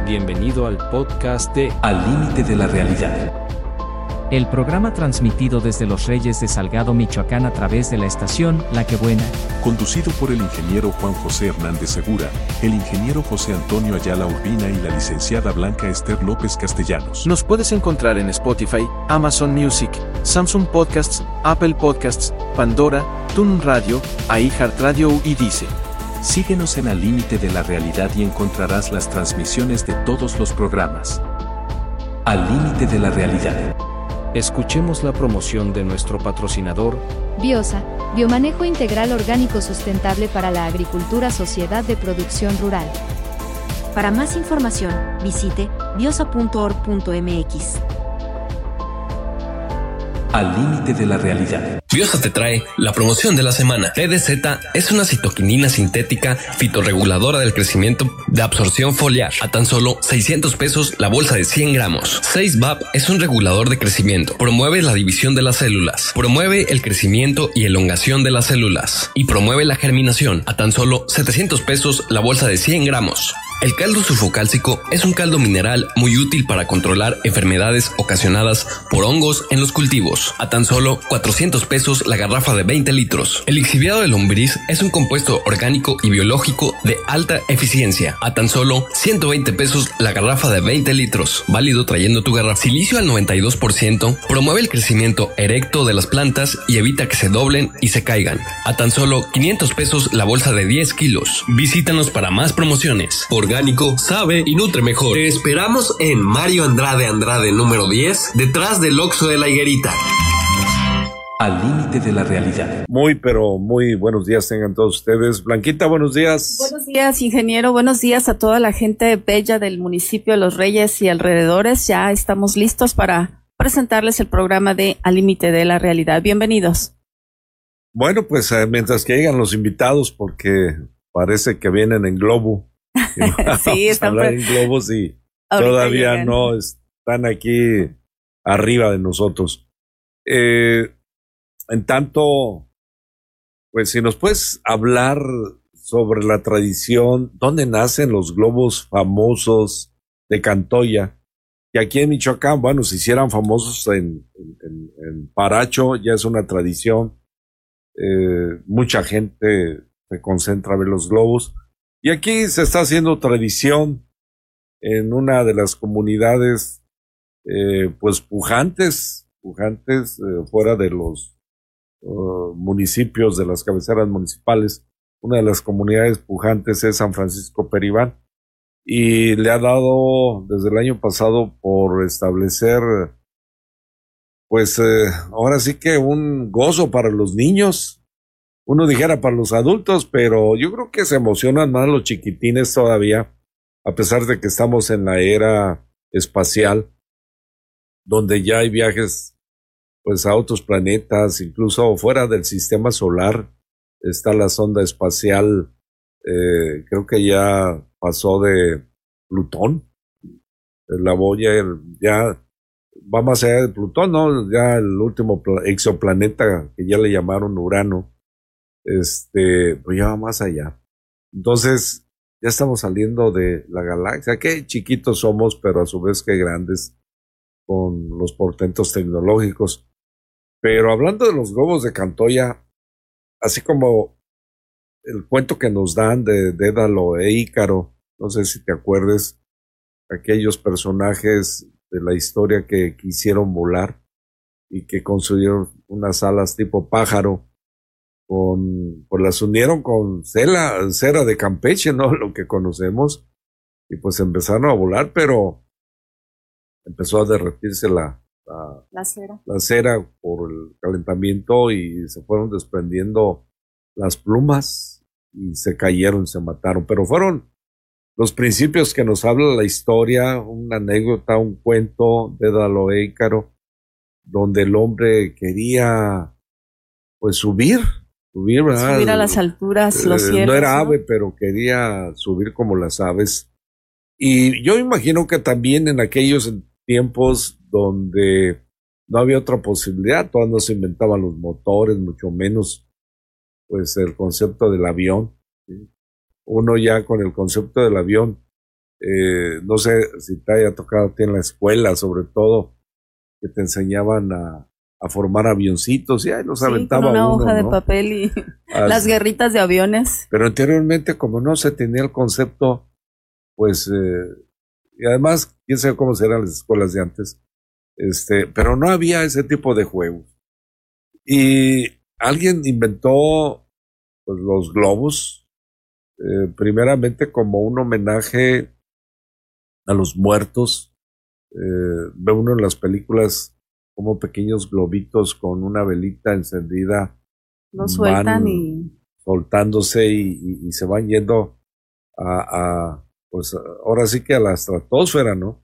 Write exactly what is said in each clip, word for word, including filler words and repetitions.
Bienvenido al podcast de Al Límite de la Realidad. El programa transmitido desde Los Reyes de Salgado, Michoacán a través de la estación La Que Buena. Conducido por el ingeniero Juan José Hernández Segura, el ingeniero José Antonio Ayala Urbina y la licenciada Blanca Esther López Castellanos. Nos puedes encontrar en Spotify, Amazon Music, Samsung Podcasts, Apple Podcasts, Pandora, TuneIn Radio, iHeartRadio y Deezer. Síguenos en Al Límite de la Realidad y encontrarás las transmisiones de todos los programas. Al Límite de la Realidad. Escuchemos la promoción de nuestro patrocinador, Biosa, Biomanejo Integral Orgánico Sustentable para la Agricultura Sociedad de Producción Rural. Para más información, visite biosa punto org punto m x. Al Límite de la Realidad. Biosa te trae la promoción de la semana. T D Z es una citoquinina sintética fitorreguladora del crecimiento de absorción foliar a tan solo seiscientos pesos la bolsa de cien gramos. seis B A P es un regulador de crecimiento. Promueve la división de las células. Promueve el crecimiento y elongación de las células. Y promueve la germinación a tan solo setecientos pesos la bolsa de cien gramos. El caldo sulfocálcico es un caldo mineral muy útil para controlar enfermedades ocasionadas por hongos en los cultivos, a tan solo cuatrocientos pesos la garrafa de veinte litros. El lixiviado de lombriz es un compuesto orgánico y biológico de alta eficiencia, a tan solo ciento veinte pesos la garrafa de veinte litros, válido trayendo tu garrafa. Silicio al noventa y dos por ciento promueve el crecimiento erecto de las plantas y evita que se doblen y se caigan, a tan solo quinientos pesos la bolsa de diez kilos. Visítanos para más promociones. Por orgánico, sabe y nutre mejor. Te esperamos en Mario Andrade Andrade número diez, detrás del Oxxo de la Higuerita. Al Límite de la Realidad. Muy, pero muy buenos días tengan todos ustedes. Blanquita, buenos días. Buenos días, ingeniero. Buenos días a toda la gente bella del municipio de Los Reyes y alrededores. Ya estamos listos para presentarles el programa de Al Límite de la Realidad. Bienvenidos. Bueno, pues eh, mientras que llegan los invitados, porque parece que vienen en globo. Sí, están hablar en globos y todavía llegan. No están aquí arriba de nosotros. Eh, en tanto, pues si nos puedes hablar sobre la tradición, dónde nacen los globos famosos de Cantoya, que aquí en Michoacán, bueno, se hicieran famosos en, en, en Paracho, ya es una tradición, eh, mucha gente se concentra a ver los globos. Y aquí se está haciendo tradición en una de las comunidades, eh, pues pujantes, pujantes, eh, fuera de los uh, municipios, de las cabeceras municipales. Una de las comunidades pujantes es San Francisco Peribán y le ha dado desde el año pasado por establecer, pues eh, ahora sí que un gozo para los niños. Uno dijera para los adultos, pero yo creo que se emocionan más los chiquitines todavía, a pesar de que estamos en la era espacial, donde ya hay viajes pues a otros planetas, incluso fuera del sistema solar. Está la sonda espacial, eh, creo que ya pasó de Plutón, la Voyager ya va más allá de Plutón, ¿no? Ya el último exoplaneta que ya le llamaron Urano. Este, pues ya va más allá. Entonces, ya estamos saliendo de la galaxia. Qué chiquitos somos, pero a su vez qué grandes con los portentos tecnológicos. Pero hablando de los globos de Cantoya, así como el cuento que nos dan de Dédalo e Ícaro, no sé si te acuerdes, aquellos personajes de la historia que quisieron volar y que construyeron unas alas tipo pájaro. Con, pues las unieron con cera, cera de Campeche, ¿no? Lo que conocemos, y pues empezaron a volar, pero empezó a derretirse la, la, la cera. la cera por el calentamiento y se fueron desprendiendo las plumas y se cayeron, se mataron, pero fueron los principios que nos habla la historia, una anécdota, un cuento de Dédalo e Ícaro, donde el hombre quería pues subir Subir, subir a las alturas, los cielos. Eh, no era ave, ¿no? Pero quería subir como las aves. Y yo imagino que también en aquellos tiempos donde no había otra posibilidad, todavía no se inventaban los motores, mucho menos pues el concepto del avión. ¿Sí? Uno ya con el concepto del avión Eh, no sé si te haya tocado a ti en la escuela, sobre todo, que te enseñaban a, a formar avioncitos y ahí los sí, aventaba con una uno, hoja ¿no? de papel y Así. Las guerritas de aviones. Pero anteriormente, como no se tenía el concepto, pues, eh, y además, quién sabe cómo serán las escuelas de antes, este, pero no había ese tipo de juegos. Y alguien inventó pues, los globos, eh, primeramente como un homenaje a los muertos. Eh, ve uno en las películas como pequeños globitos con una velita encendida. Los sueltan y... soltándose y, y, y se van yendo a, a, pues ahora sí que a la estratosfera, ¿no?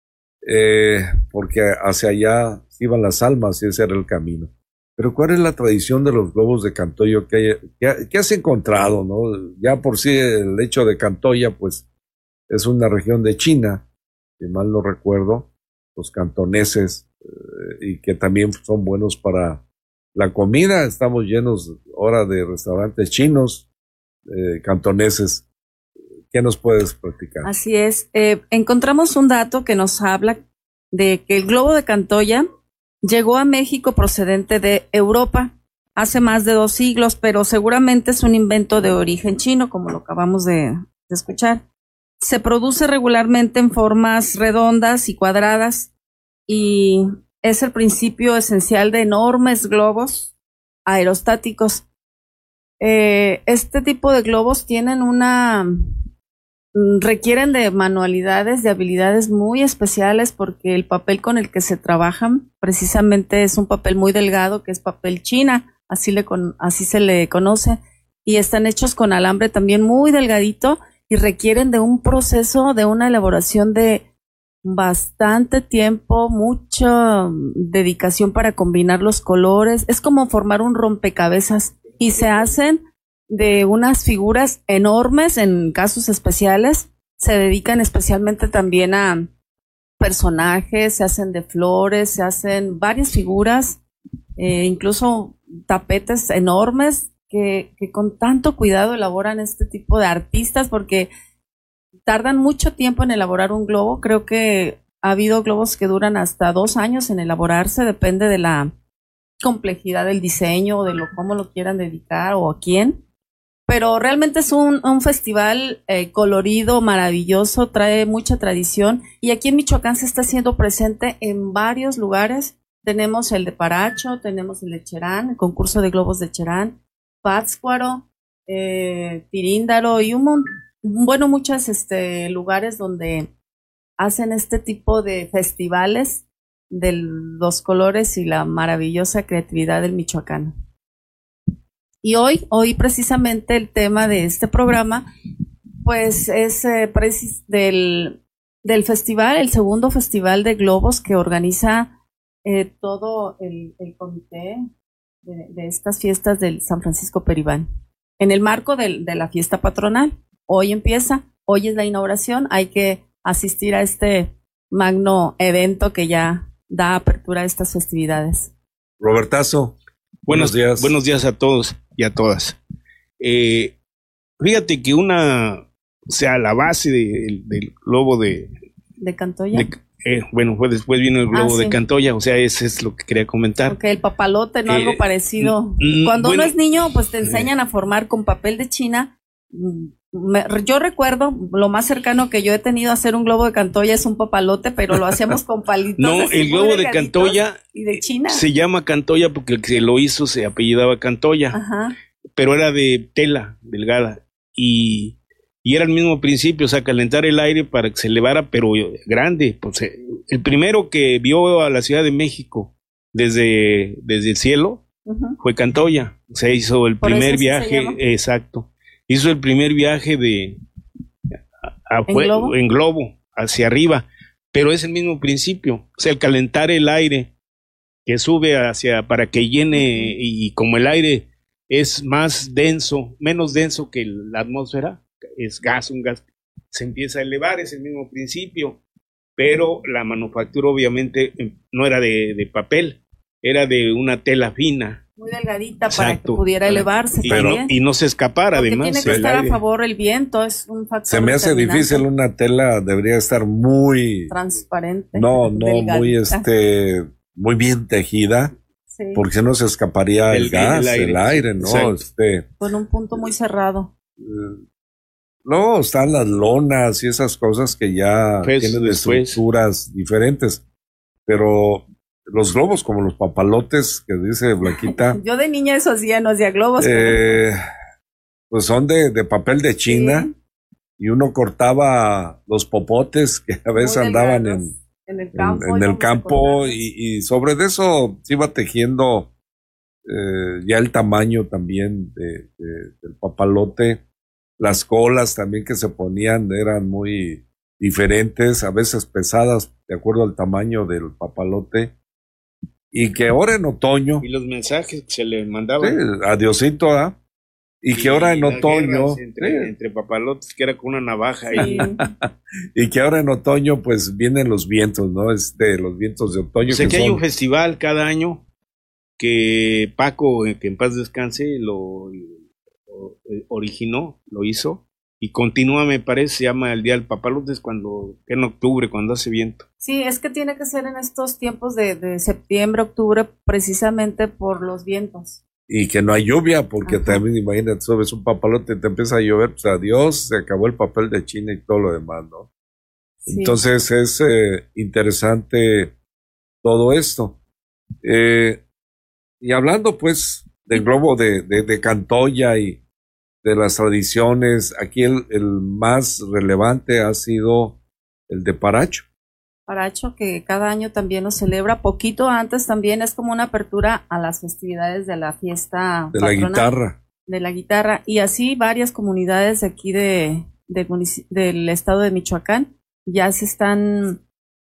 Eh, porque hacia allá iban las almas y ese era el camino. Pero ¿cuál es la tradición de los globos de Cantoya que, que, que has encontrado, no? Ya por sí el hecho de Cantoya, pues, es una región de China, si mal no recuerdo, los cantoneses, eh, y que también son buenos para la comida. Estamos llenos ahora de restaurantes chinos, eh, cantoneses. ¿Qué nos puedes platicar? Así es. Eh, encontramos un dato que nos habla de que el globo de Cantoya llegó a México procedente de Europa hace más de dos siglos, pero seguramente es un invento de origen chino, como lo acabamos de, de escuchar. Se produce regularmente en formas redondas y cuadradas y es el principio esencial de enormes globos aerostáticos. Eh, este tipo de globos tienen una... requieren de manualidades, de habilidades muy especiales porque el papel con el que se trabajan precisamente es un papel muy delgado que es papel china, así, le con, así se le conoce, y están hechos con alambre también muy delgadito y requieren de un proceso, de una elaboración de bastante tiempo, mucha dedicación para combinar los colores. Es como formar un rompecabezas y se hacen de unas figuras enormes en casos especiales. Se dedican especialmente también a personajes, se hacen de flores, se hacen varias figuras, eh, incluso tapetes enormes que, que con tanto cuidado elaboran este tipo de artistas porque tardan mucho tiempo en elaborar un globo. Creo que ha habido globos que duran hasta dos años en elaborarse, depende de la complejidad del diseño o de lo cómo lo quieran dedicar o a quién. Pero realmente es un, un festival eh, colorido, maravilloso, trae mucha tradición y aquí en Michoacán se está haciendo presente en varios lugares. Tenemos el de Paracho, tenemos el de Cherán, el concurso de globos de Cherán, Pátzcuaro, eh, Tiríndaro y un montón, bueno, muchos este, lugares donde hacen este tipo de festivales de los colores y la maravillosa creatividad del michoacano. Y hoy, hoy precisamente el tema de este programa, pues es eh, precis del, del festival, el segundo festival de globos que organiza eh, todo el, el comité de, de estas fiestas del San Francisco Peribán. En el marco de, de la fiesta patronal, hoy empieza, hoy es la inauguración, hay que asistir a este magno evento que ya da apertura a estas festividades. Robertazo. Buenos días. Buenos días a todos y a todas. Eh, fíjate que una, o sea, la base de, del globo de... ¿De Cantoya? De, eh, bueno, pues después vino el globo ah, sí. de Cantoya, o sea, ese es lo que quería comentar. Ok, el papalote, ¿no? Eh, Algo parecido. Cuando bueno, uno es niño, pues te enseñan a formar con papel de China. Me, yo recuerdo, lo más cercano que yo he tenido a hacer un globo de Cantoya es un papalote, pero lo hacíamos con palitos. No, el globo de Cantoya y de China. Se llama Cantoya porque el que lo hizo se apellidaba Cantoya. Ajá. Pero era de tela delgada y, y era el mismo principio, o sea, calentar el aire para que se elevara, pero grande. Pues, el primero que vio a la Ciudad de México desde, desde el cielo uh-huh. fue Cantoya. Se hizo el Por primer viaje, exacto. Hizo el primer viaje de a, a, ¿En, globo? en globo hacia arriba, pero es el mismo principio, o sea, el calentar el aire que sube hacia para que llene y como el aire es más denso, menos denso que la atmósfera, es gas, un gas, se empieza a elevar, es el mismo principio, pero la manufactura obviamente no era de, de papel, era de una tela fina. Muy delgadita. Exacto. Para que pudiera elevarse. Y, pero, y no se escapara, porque además. Tiene que estar aire. A favor el viento, es un factor. Se me hace difícil, una tela debería estar muy. Transparente. No, no, delgadita. Muy este, muy bien tejida. Sí. Porque no se escaparía el, el gas, el aire, el aire ¿no? Este, con un punto muy cerrado. No, están las lonas y esas cosas que ya pues, tienen después. Estructuras diferentes. Pero los globos, como los papalotes que dice Blanquita. Yo de niña eso hacía, no hacía globos. Eh, pues son de, de papel de China. Sí. Y uno cortaba los popotes que a veces muy andaban en, en el campo, en, en el campo y, y sobre eso se iba tejiendo eh, ya el tamaño también de, de, del papalote. Las colas también que se ponían eran muy diferentes, a veces pesadas de acuerdo al tamaño del papalote. Y que ahora en otoño. Y los mensajes que se le mandaban. Sí, adiosito, ¿eh? Y, y que ahora en otoño. Entre, sí. entre papalotes, que era con una navaja. Sí. Y, y que ahora en otoño, pues vienen los vientos, ¿no? Este, los vientos de otoño. O sea, que, que son... hay un festival cada año que Paco, que en paz descanse, lo, lo originó, lo hizo. Y continúa, me parece, se llama el Día del Papalote, es cuando, en octubre, cuando hace viento. Sí, es que tiene que ser en estos tiempos de, de septiembre, octubre, precisamente por los vientos. Y que no hay lluvia, porque Ajá. también, imagínate, subes un papalote y te empieza a llover, pues adiós, se acabó el papel de China y todo lo demás, ¿no? Sí. Entonces es eh, interesante todo esto. Eh, y hablando, pues, del globo de, de, de Cantoya y de las tradiciones, aquí el, el más relevante ha sido el de Paracho. Paracho, que cada año también nos celebra, poquito antes también es como una apertura a las festividades de la fiesta de la guitarra. De la guitarra, y así varias comunidades de aquí de, de del estado de Michoacán ya se están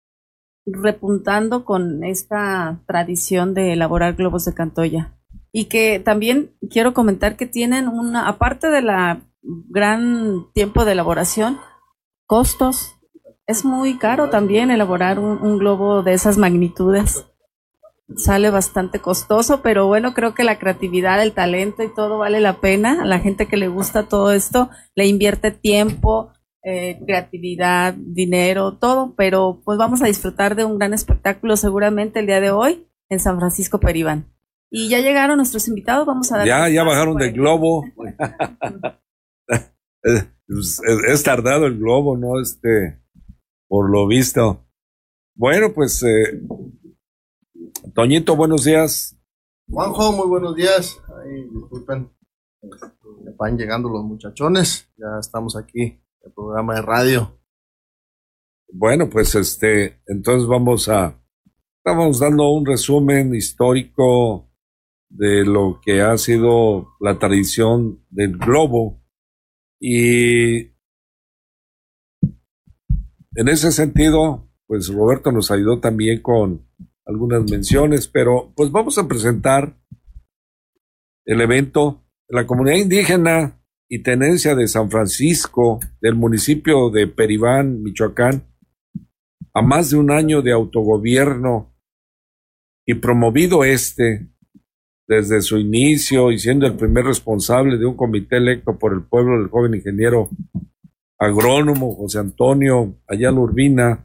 repuntando con esta tradición de elaborar globos de Cantoya. Y que también quiero comentar que tienen una, aparte de la gran tiempo de elaboración, costos. Es muy caro también elaborar un, un globo de esas magnitudes. Sale bastante costoso, pero bueno, creo que la creatividad, el talento y todo vale la pena. A la gente que le gusta todo esto, le invierte tiempo, eh, creatividad, dinero, todo, pero pues vamos a disfrutar de un gran espectáculo seguramente el día de hoy en San Francisco Peribán. Y ya llegaron nuestros invitados, vamos a dar... Ya, ya bajaron del globo. es, es, es tardado el globo, ¿no? Este, por lo visto. Bueno, pues, eh, Toñito, buenos días. Juanjo, muy buenos días. Ay, disculpen, van llegando los muchachones. Ya estamos aquí en el programa de radio. Bueno, pues, este, entonces vamos a... Estamos dando un resumen histórico de lo que ha sido la tradición del globo, y en ese sentido pues Roberto nos ayudó también con algunas menciones, pero pues vamos a presentar el evento. La comunidad indígena y tenencia de San Francisco del municipio de Peribán, Michoacán, a más de un año de autogobierno y promovido este desde su inicio y siendo el primer responsable de un comité electo por el pueblo del joven ingeniero agrónomo José Antonio Ayala Urbina,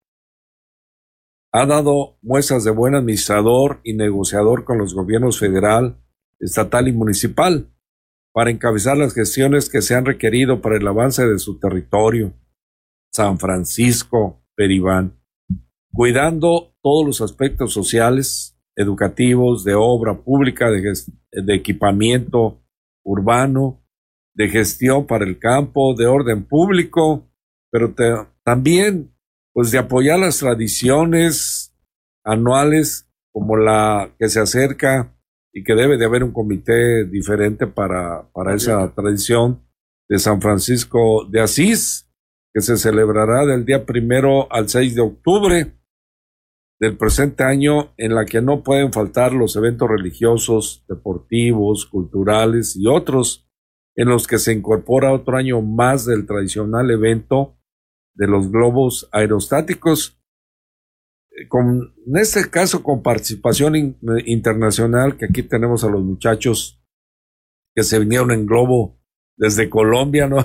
ha dado muestras de buen administrador y negociador con los gobiernos federal, estatal y municipal para encabezar las gestiones que se han requerido para el avance de su territorio, San Francisco Peribán, cuidando todos los aspectos sociales, educativos, de obra pública, de, de equipamiento urbano, de gestión para el campo, de orden público, pero te, también pues de apoyar las tradiciones anuales como la que se acerca y que debe de haber un comité diferente para, para esa tradición de San Francisco de Asís, que se celebrará del día primero al seis de octubre del presente año, en la que no pueden faltar los eventos religiosos, deportivos, culturales y otros, en los que se incorpora otro año más del tradicional evento de los globos aerostáticos. con, en este caso con participación in, internacional, que aquí tenemos a los muchachos que se vinieron en globo desde Colombia, ¿no?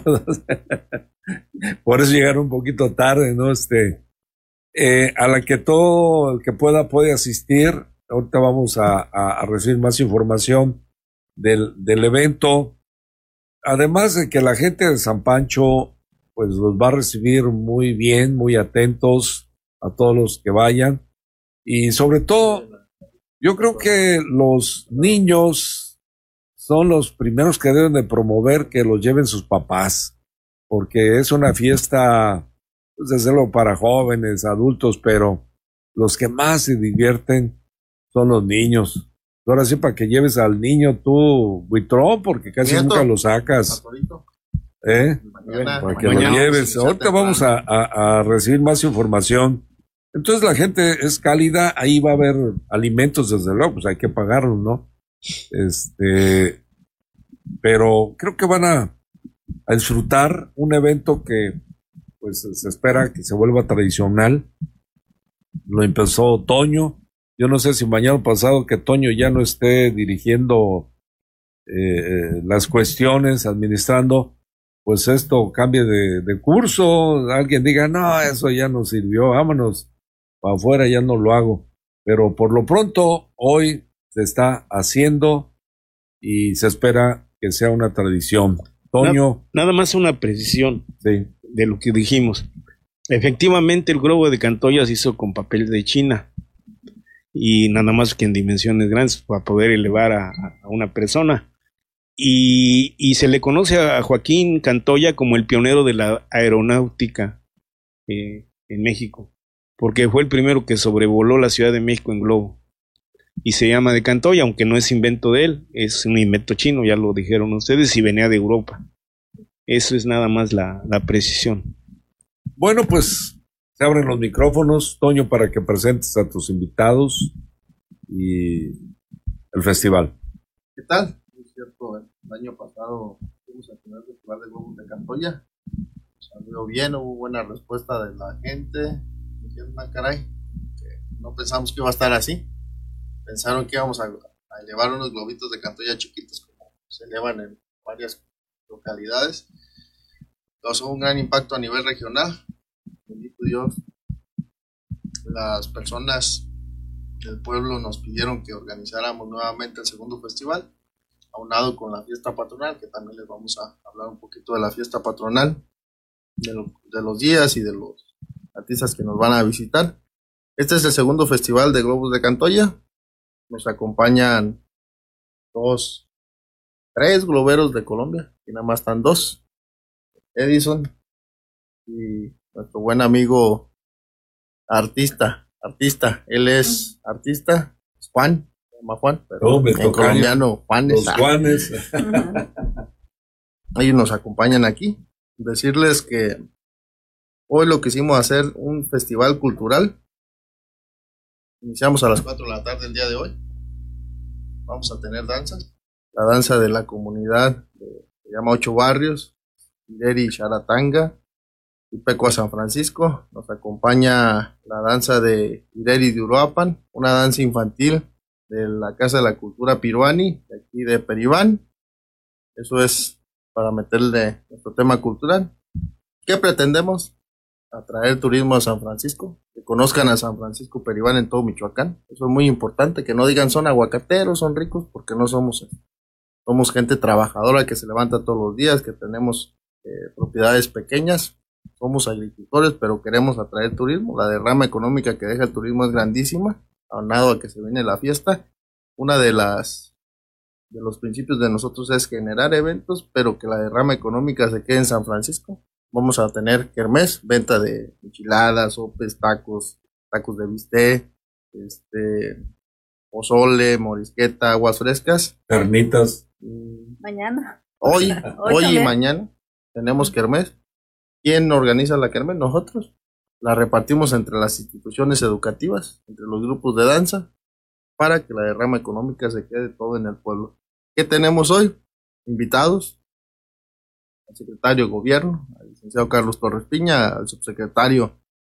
Por eso llegaron un poquito tarde, ¿no? Este, eh, a la que todo el que pueda puede asistir. Ahorita vamos a, a, a recibir más información del, del evento. Además de que la gente de San Pancho, pues los va a recibir muy bien, muy atentos a todos los que vayan. Y sobre todo, yo creo que los niños son los primeros que deben de promover que los lleven sus papás, porque es una fiesta, pues desde luego para jóvenes, adultos, pero los que más se divierten son los niños. Ahora sí, para que lleves al niño tú, Buitrón, porque casi Nieto, nunca lo sacas. ¿Eh? Mañana, para que mañana, lo lleves. Sí, ahorita vamos a, a, a recibir más información. Entonces la gente es cálida, ahí va a haber alimentos, desde luego, pues hay que pagarlos, ¿no? Este, pero creo que van a, a disfrutar un evento que pues se espera que se vuelva tradicional. Lo empezó Toño. Yo no sé si mañana pasado que Toño ya no esté dirigiendo eh, las cuestiones, administrando, pues esto cambie de, de curso. Alguien diga, no, eso ya no sirvió, vámonos para afuera, ya no lo hago. Pero por lo pronto, hoy se está haciendo y se espera que sea una tradición. Toño. Nada, nada más una precisión sí. de lo que dijimos. Efectivamente, el globo de Cantoya se hizo con papel de China y nada más que en dimensiones grandes para poder elevar a, a una persona. Y, y se le conoce a Joaquín Cantoya como el pionero de la aeronáutica eh, en México, porque fue el primero que sobrevoló la Ciudad de México en globo. Y se llama de Cantoya, aunque no es invento de él, es un invento chino, ya lo dijeron ustedes, y venía de Europa. Eso es nada más la, la precisión. Bueno, pues se abren los micrófonos, Toño, para que presentes a tus invitados y el festival. ¿Qué tal? Es cierto, el año pasado fuimos al primer festival de globos de Cantoya. Salió bien, hubo buena respuesta de la gente. Dijeron, ah, caray, no pensamos que iba a estar así. Pensaron que íbamos a, a elevar unos globitos de Cantoya chiquitos como se elevan en varias localidades. Causó un gran impacto a nivel regional. Bendito Dios, las personas del pueblo nos pidieron que organizáramos nuevamente el segundo festival, aunado con la fiesta patronal, que también les vamos a hablar un poquito de la fiesta patronal, de, lo, de los días y de los artistas que nos van a visitar. Este es el segundo festival de globos de Cantoya. Nos acompañan dos, tres globeros de Colombia, y nada más están dos, Edison y nuestro buen amigo artista, artista, él es artista, es Juan, se llama Juan, pero no, en colombiano Juanes. Los Juanes. Ellos nos acompañan aquí. Decirles que hoy lo quisimos hacer un festival cultural. Iniciamos a las cuatro de la tarde el día de hoy. Vamos a tener danzas. La danza de la comunidad de, se llama Ocho Barrios, Ideri Charatanga y Pecua San Francisco. Nos acompaña la danza de Ideri de Uruapan, una danza infantil de la Casa de la Cultura Piruani, de aquí de Peribán. Eso es para meterle nuestro tema cultural. ¿Qué pretendemos? Atraer turismo a San Francisco, que conozcan a San Francisco Peribán en todo Michoacán. Eso es muy importante, que no digan son aguacateros, son ricos, porque no somos. Somos gente trabajadora que se levanta todos los días, que tenemos eh, propiedades pequeñas, somos agricultores, pero queremos atraer turismo. La derrama económica que deja el turismo es grandísima, aunado a que se viene la fiesta. Una de las de los principios de nosotros es generar eventos, pero que la derrama económica se quede en San Francisco. Vamos a tener kermés, venta de enchiladas, sopes, tacos, tacos de bistec, este, pozole, morisqueta, aguas frescas. Carnitas. Mañana. Hoy, hoy, hoy y mañana tenemos kermés. ¿Quién organiza la kermés? Nosotros. La repartimos entre las instituciones educativas, entre los grupos de danza, para que la derrama económica se quede todo en el pueblo. ¿Qué tenemos hoy? Invitados. Al secretario de Gobierno, al licenciado Carlos Torres Piña, al subsecretario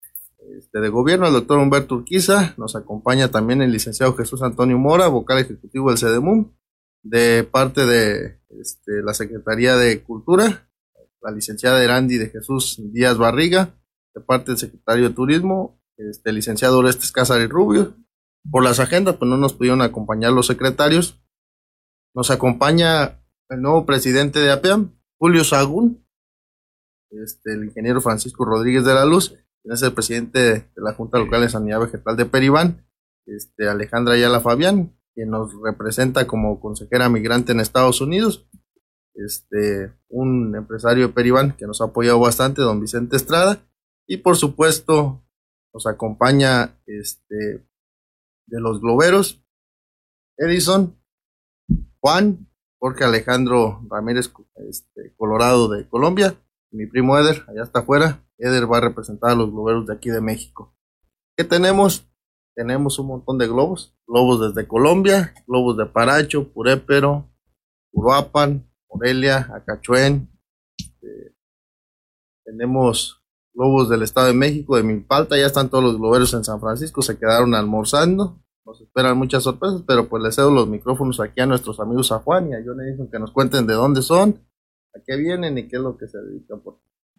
este, de gobierno, el doctor Humberto Urquiza. Nos acompaña también el licenciado Jesús Antonio Mora, vocal ejecutivo del CEDEMUM, de parte de este, la Secretaría de Cultura, la licenciada Erandi de Jesús Díaz Barriga, de parte del secretario de Turismo, este, el licenciado Orestes Cázares Rubio. Por las agendas, pues no nos pudieron acompañar los secretarios. Nos acompaña el nuevo presidente de APEAM, Julio Sagún, este, el ingeniero Francisco Rodríguez de la Luz, quien es el presidente de la Junta Local de Sanidad Vegetal de Peribán, este, Alejandra Ayala Fabián, quien nos representa como consejera migrante en Estados Unidos, este, un empresario de Peribán que nos ha apoyado bastante, don Vicente Estrada, y por supuesto nos acompaña este, de los globeros, Edison, Juan, Jorge Alejandro Ramírez, este, Colorado de Colombia, y mi primo Eder, allá está afuera. Eder va a representar a los globeros de aquí de México. ¿Qué tenemos? Tenemos un montón de globos, globos desde Colombia, globos de Paracho, Purépero, Uruapan, Morelia, Acachuén, este, tenemos globos del Estado de México, de Milpalta, ya están todos los globeros en San Francisco, se quedaron almorzando, nos esperan muchas sorpresas, pero pues les cedo los micrófonos aquí a nuestros amigos a Juan y a John Edison que nos cuenten de dónde son, a qué vienen y qué es lo que se dedican por.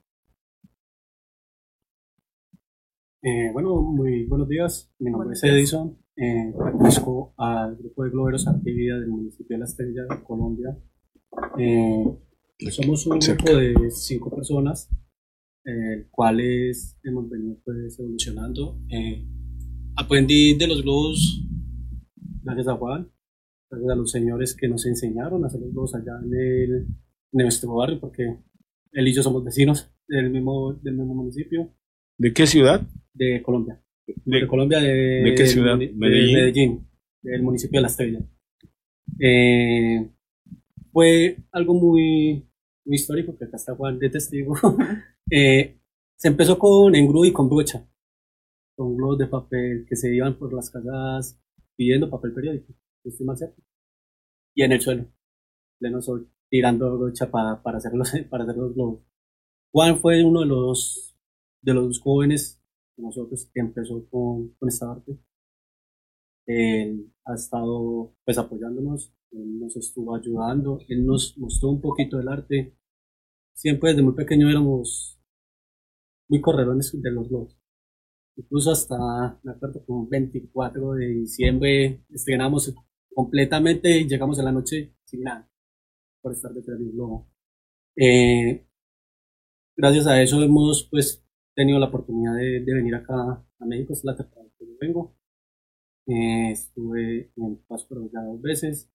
Eh, bueno, muy buenos días, mi nombre es Edison, eh, pertenezco al grupo de globeros Actividad del municipio de La Estrella, Colombia. Eh, somos un grupo de cinco personas, eh, cuales hemos venido pues evolucionando. Eh, aprendí de los globos gracias a Juan, gracias a los señores que nos enseñaron a hacer los globos allá en, el, en nuestro barrio, porque él y yo somos vecinos del mismo, del mismo municipio. ¿De qué ciudad? De Colombia. ¿De, de Colombia? De, ¿De qué ciudad? De, Medellín. De Medellín, del municipio de La Estrella. Eh, fue algo muy, muy histórico, que acá está Juan de testigo. eh, se empezó con engrudo y con brocha, con globos de papel que se iban por las casas pidiendo papel periódico, estoy más cerca, y en el suelo, pleno sol, tirando brocha para, para, hacer los, para hacer los globos. Juan fue uno de los, de los jóvenes de nosotros que empezó con, con esta arte. Él ha estado pues apoyándonos, él nos estuvo ayudando, él nos mostró un poquito del arte. Siempre desde muy pequeño éramos muy correrones de los globos. Incluso hasta, me acuerdo, con veinticuatro de diciembre estrenamos completamente y llegamos en la noche sin nada por estar detrás del globo. Eh, gracias a eso hemos pues tenido la oportunidad de, de venir acá a México. Es la tercera vez que yo vengo. Eh, estuve en Paso por allá dos veces,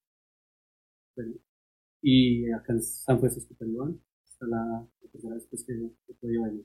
y acá en San Francisco, Peribán, esta es la, la tercera vez pues, que he podido venir.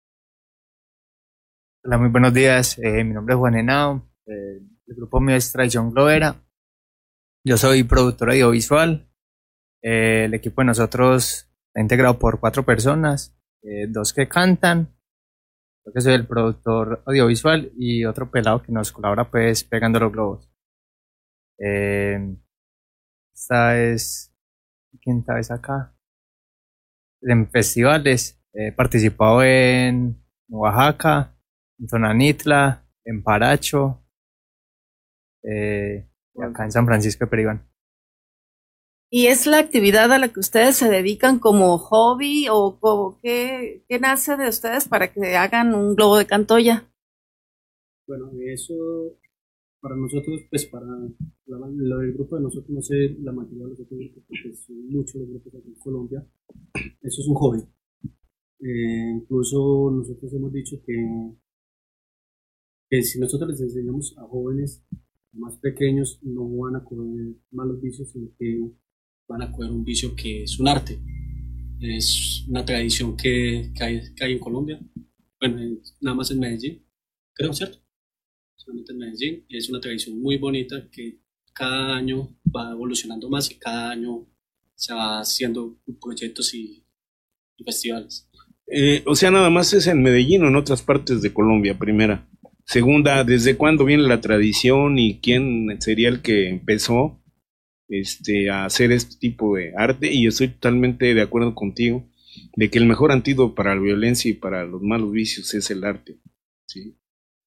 Hola, muy buenos días. Eh, mi nombre es Juan Henao. Eh, el grupo mío es Traición Globera. Yo soy productor audiovisual. Eh, el equipo de nosotros está integrado por cuatro personas, eh, dos que cantan. Yo que soy el productor audiovisual y otro pelado que nos colabora pues pegando los globos. Eh, esta es quinta vez acá. En festivales he participado en Oaxaca, en Tonanitla, en Paracho, eh, y acá en San Francisco de Peribán. ¿Y es la actividad a la que ustedes se dedican como hobby o como qué, qué nace de ustedes para que hagan un globo de Cantoya? Bueno, eso para nosotros, pues para la, lo del grupo de nosotros, no sé la mayoría de los otros grupos, porque son muchos los grupos aquí en Colombia, eso es un hobby. Eh, incluso nosotros hemos dicho que, que si nosotros les enseñamos a jóvenes más pequeños, no van a coger malos vicios, sino que van a coger un vicio que es un arte, es una tradición que, que, hay, que hay en Colombia, bueno, nada más en Medellín, creo, ¿cierto? Solamente en Medellín, y es una tradición muy bonita que cada año va evolucionando más y cada año se va haciendo proyectos y, y festivales. Eh, o sea, nada más es en Medellín o en otras partes de Colombia, primera. Segunda, ¿desde cuándo viene la tradición y quién sería el que empezó Este, a hacer este tipo de arte? Y estoy totalmente de acuerdo contigo de que el mejor antídoto para la violencia y para los malos vicios es el arte, ¿sí?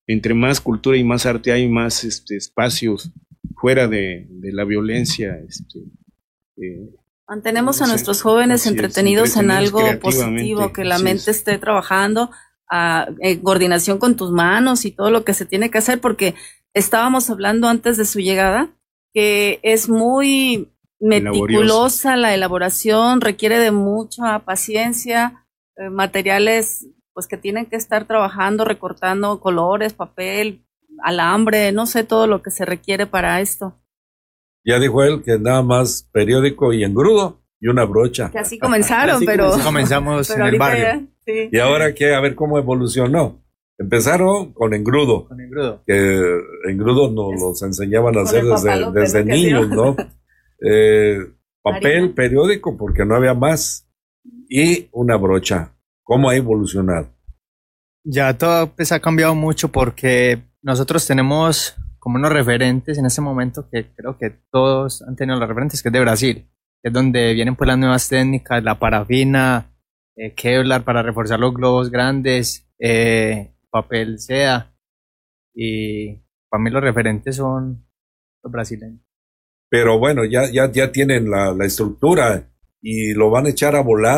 entre más cultura y más arte hay, más este, espacios fuera de, de la violencia. Este, eh, Mantenemos a nuestros jóvenes entretenidos en algo positivo, que la mente esté trabajando a, en coordinación con tus manos y todo lo que se tiene que hacer, porque estábamos hablando antes de su llegada que es muy meticulosa la elaboración, requiere de mucha paciencia, eh, materiales pues que tienen que estar trabajando, recortando colores, papel, alambre, no sé, todo lo que se requiere para esto. Ya dijo él que nada más periódico y engrudo y una brocha. Que así comenzaron, así pero... comenzamos pero en el barrio. Ya, sí. Y ahora qué, a ver cómo evolucionó. Empezaron con engrudo. Con engrudo. Que engrudo nos es, los enseñaban a hacer desde, desde niños, ¿no? eh, papel, Marina. Periódico, porque no había más. Y una brocha. ¿Cómo ha evolucionado? Ya todo pues, ha cambiado mucho porque nosotros tenemos como unos referentes en este momento que creo que todos han tenido los referentes, que es de Brasil, que es donde vienen pues las nuevas técnicas, la parafina, eh, Kevlar para reforzar los globos grandes, eh, papel seda, y para mí los referentes son los brasileños. Pero bueno, ya, ya, ya tienen la, la estructura y lo van a echar a volar.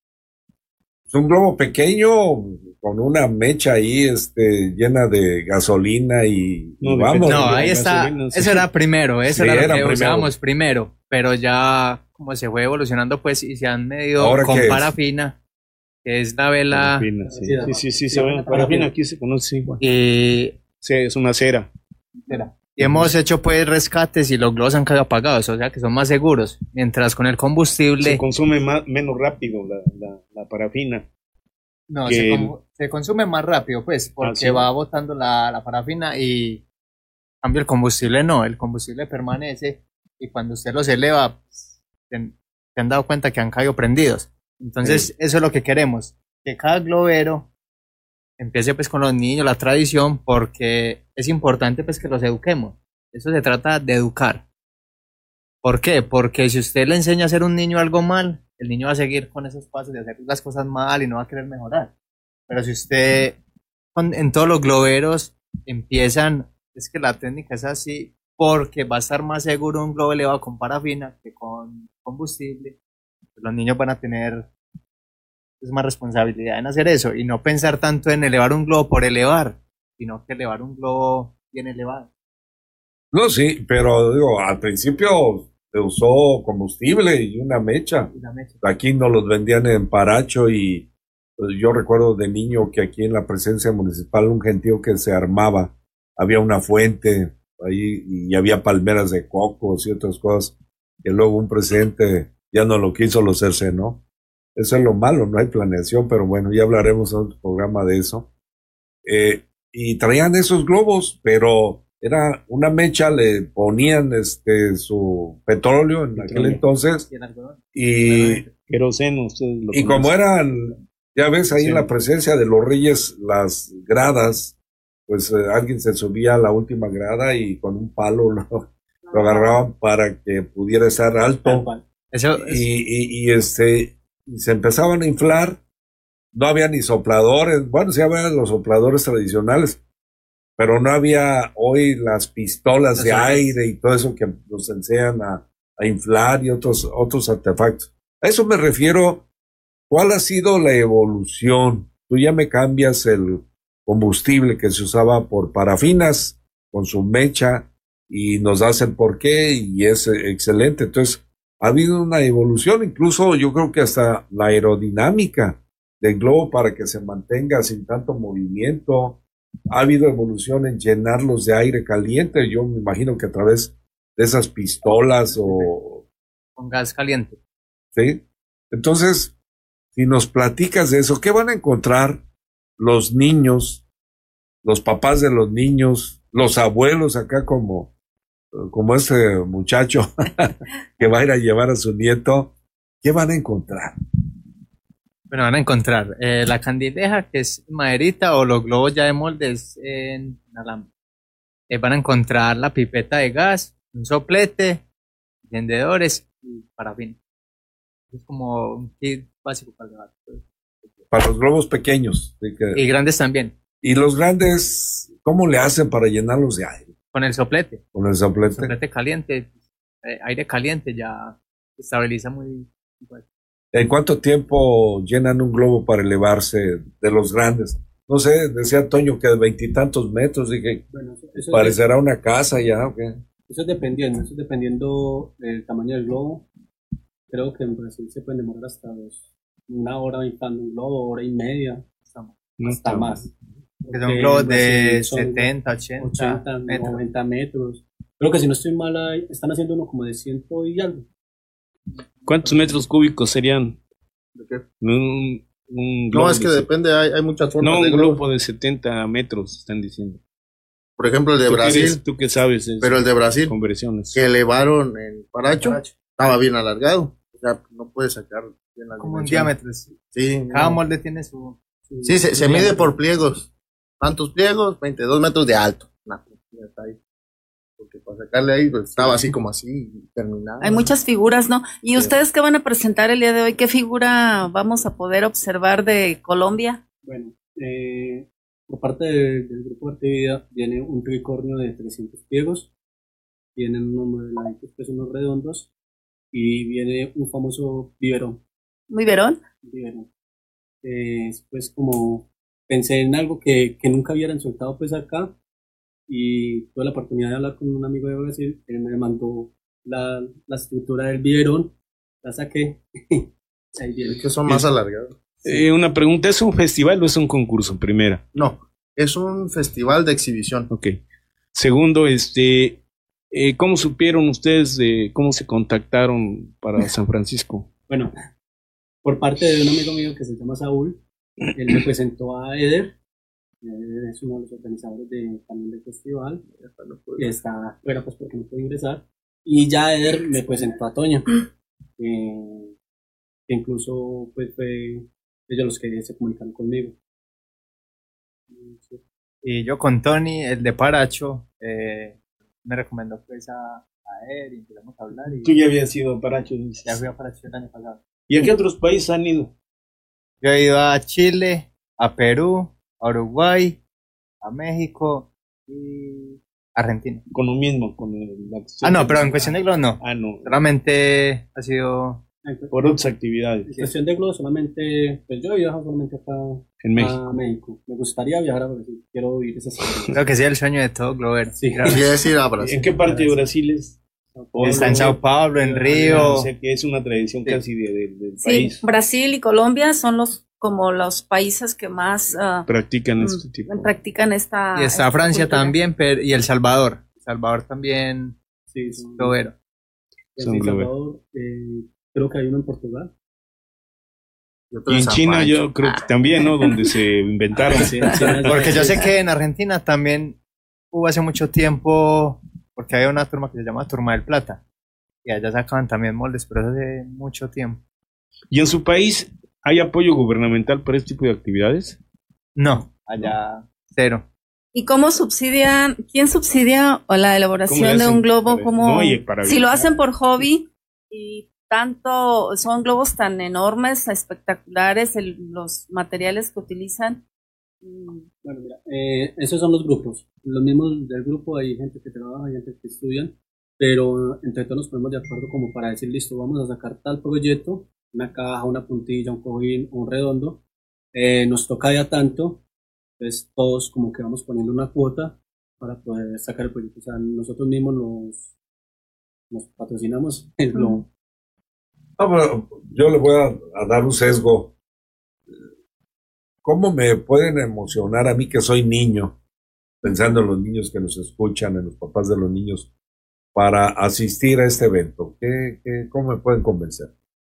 Es un globo pequeño con una mecha ahí este, llena de gasolina y, no, y vamos. No, ahí está. Sí. Eso era primero, eso sí, era lo era que primero. usábamos primero. Pero ya como se fue evolucionando pues y se han medido ¿Ahora con qué parafina, es? que es la vela. Parafina, sí. Sí, sí, sí, sí, se ve. Parafina aquí se conoce igual. Y sí, es una cera. cera. Y hemos hecho pues rescates y los globos han quedado apagados, o sea que son más seguros. Mientras con el combustible... Se consume más, menos rápido la, la, la parafina. No, que... se, com se consume más rápido pues, porque ah, ¿sí? va botando la, la parafina y... En cambio el combustible no, el combustible permanece y cuando usted los eleva, se, se han dado cuenta que han caído prendidos. Entonces sí. Eso es lo que queremos, que cada globero empiece pues con los niños, la tradición, porque es importante pues que los eduquemos. Eso se trata de educar. ¿Por qué? Porque si usted le enseña a hacer un niño algo mal, el niño va a seguir con esos pasos de hacer las cosas mal y no va a querer mejorar. Pero si usted con, en todos los globeros empiezan, es que la técnica es así, porque va a estar más seguro un globo elevado con parafina que con combustible. Los niños van a tener es más responsabilidad en hacer eso y no pensar tanto en elevar un globo por elevar, sino que elevar un globo bien elevado. No, sí, pero digo, al principio se usó combustible y una mecha. Y la mecha. Aquí nos los vendían en Paracho y pues, yo recuerdo de niño que aquí en la presencia municipal un gentío que se armaba, había una fuente ahí y había palmeras de cocos y otras cosas que luego un presidente ya no lo quiso, lo cercenó. Eso es lo malo, no hay planeación, pero bueno, ya hablaremos en otro programa de eso. Eh, y traían esos globos, pero era una mecha, le ponían este su petróleo en aquel entonces y queroseno. Y como eran, ya ves ahí sí. En la presencia de los reyes, las gradas, pues eh, alguien se subía a la última grada y con un palo lo, lo agarraban para que pudiera estar alto. Eso es... y, y, y este y se empezaban a inflar, no había ni sopladores, bueno, sí había los sopladores tradicionales, pero no había hoy las pistolas Eso de es. aire y todo eso que nos enseñan a, a inflar y otros, otros artefactos. A eso me refiero, ¿cuál ha sido la evolución? Tú ya me cambias el combustible que se usaba por parafinas con su mecha y nos das el porqué y es excelente. Entonces, ha habido una evolución, incluso yo creo que hasta la aerodinámica del globo para que se mantenga sin tanto movimiento. Ha habido evolución en llenarlos de aire caliente, yo me imagino que a través de esas pistolas o... Con gas caliente. Sí. Entonces, si nos platicas de eso, ¿qué van a encontrar los niños, los papás de los niños, los abuelos acá como... como este muchacho que va a ir a llevar a su nieto? ¿Qué van a encontrar? Bueno, van a encontrar eh, la candileja, que es maderita, o los globos ya de moldes en alambre. Eh, van a encontrar la pipeta de gas, un soplete, encendedores y parafina. Es como un kit básico para el gas. Para los globos pequeños. Que... Y grandes también. Y los grandes, ¿Cómo le hacen para llenarlos de aire? Con el soplete. Con el soplete. Soplete caliente, eh, aire caliente ya estabiliza muy fuerte. ¿En cuánto tiempo llenan un globo para elevarse de los grandes? No sé, decía Toño que de veintitantos metros, dije, bueno, eso, eso parecerá es, una casa ya, ¿o qué? Eso es dependiendo, eso es dependiendo del tamaño del globo. Creo que en Brasil se pueden demorar hasta dos, una hora inflando un globo, hora y media, hasta, no hasta más. Que son globos de setenta, ochenta, ochenta metros. noventa metros. Creo que si no estoy mal, están haciendo uno como de ciento y algo. ¿Cuántos metros cúbicos serían? ¿De qué? Un, un globo no, es que de depende, hay, hay muchas formas. No, un de globo. globo de setenta metros, están diciendo. Por ejemplo, el de ¿Tú Brasil. Qué ¿Tú qué sabes? Pero el de Brasil, conversiones. que elevaron el paracho, paracho, estaba bien alargado. O sea, no puede sacar bien la como un diámetro. Sí. Cada no. molde tiene su... su sí, se, se mide por pliegos. ¿Cuántos pliegos? veintidós metros de alto. No, ya está ahí. Porque para sacarle ahí pues, estaba así como así, terminado. Hay muchas figuras, ¿no? ¿Y sí. ustedes qué van a presentar el día de hoy? ¿Qué figura vamos a poder observar de Colombia? Bueno, eh, por parte de, del grupo de actividad viene un tricornio de trescientos pliegos, vienen unos modeladitos que son unos redondos y viene un famoso biberón. ¿Biberón? Biberón. Eh, pues como pensé en algo que, que nunca hubieran soltado pues acá, y tuve la oportunidad de hablar con un amigo de Brasil, que me mandó la, la estructura del biberón, la saqué. Ahí viene. Es que son más alargados. Eh, una pregunta, ¿es un festival o es un concurso? Primera. No, es un festival de exhibición. Ok. Segundo, este, eh, ¿cómo supieron ustedes de cómo se contactaron para San Francisco? Bueno, por parte de un amigo mío que se llama Saúl, él me presentó a Eder. Él es uno de los organizadores de, también del festival, que está fuera pues porque no puede ingresar, y ya Eder me presentó a Toño, eh, que incluso pues fue ellos los que se comunicaron conmigo. Y yo con Tony, el de Paracho, eh, me recomendó pues a, a él y empezamos a hablar. Y tú ya habías ido a Paracho, dices. Ya fui a Paracho el año pasado. ¿Y a qué otros países han ido? Yo he ido a Chile, a Perú, a Uruguay, a México y Argentina. Con lo mismo, con el, la Ah, no, pero en cuestión de globo no. Ah, no. Solamente ha sido... Por otras actividades. En cuestión de globo solamente, pues yo he viajado solamente acá en México. a México. Me gustaría viajar a Brasil, quiero vivir esa experiencia. Creo que sea el sueño de todo globero. Sí, claro. Ir a Brasil. ¿En qué parte de Brasil es? Está en Sao Paulo, en Río. O sea que es una tradición sí. casi de, de, del sí, país. Brasil y Colombia son los como los países que más uh, practican este tipo. Practican esta. Y está esta Francia cultura. también, pero, y El Salvador. El Salvador también sí, es globero. En El Salvador, eh, creo que hay uno en Portugal. Y en China yo creo que también, ¿no? Donde se inventaron. Sí, China, porque yo sé que en Argentina también hubo hace mucho tiempo, porque había una turma que se llama Turma del Plata. Y allá sacaban también moldes, pero hace mucho tiempo. ¿Y en su país hay apoyo gubernamental para este tipo de actividades? No, allá cero. ¿Y cómo subsidian, quién subsidia la elaboración de un globo? Como, no, si lo hacen por hobby y tanto, son globos tan enormes, espectaculares, el, los materiales que utilizan. Bueno, mira, eh, esos son los grupos. Los mismos del grupo, hay gente que trabaja, hay gente que estudian, pero entre todos nos ponemos de acuerdo como para decir, listo, vamos a sacar tal proyecto, una caja, una puntilla, un cojín, un redondo, eh, nos toca ya tanto, entonces todos como que vamos poniendo una cuota para poder sacar el proyecto. O sea, nosotros mismos nos, nos patrocinamos el globo. Ah, bueno, yo le voy a, a dar un sesgo. ¿Cómo me pueden emocionar a mí que soy niño, pensando en los niños que nos escuchan, en los papás de los niños, para asistir a este evento? ¿Qué, qué, ¿Cómo me pueden convencer?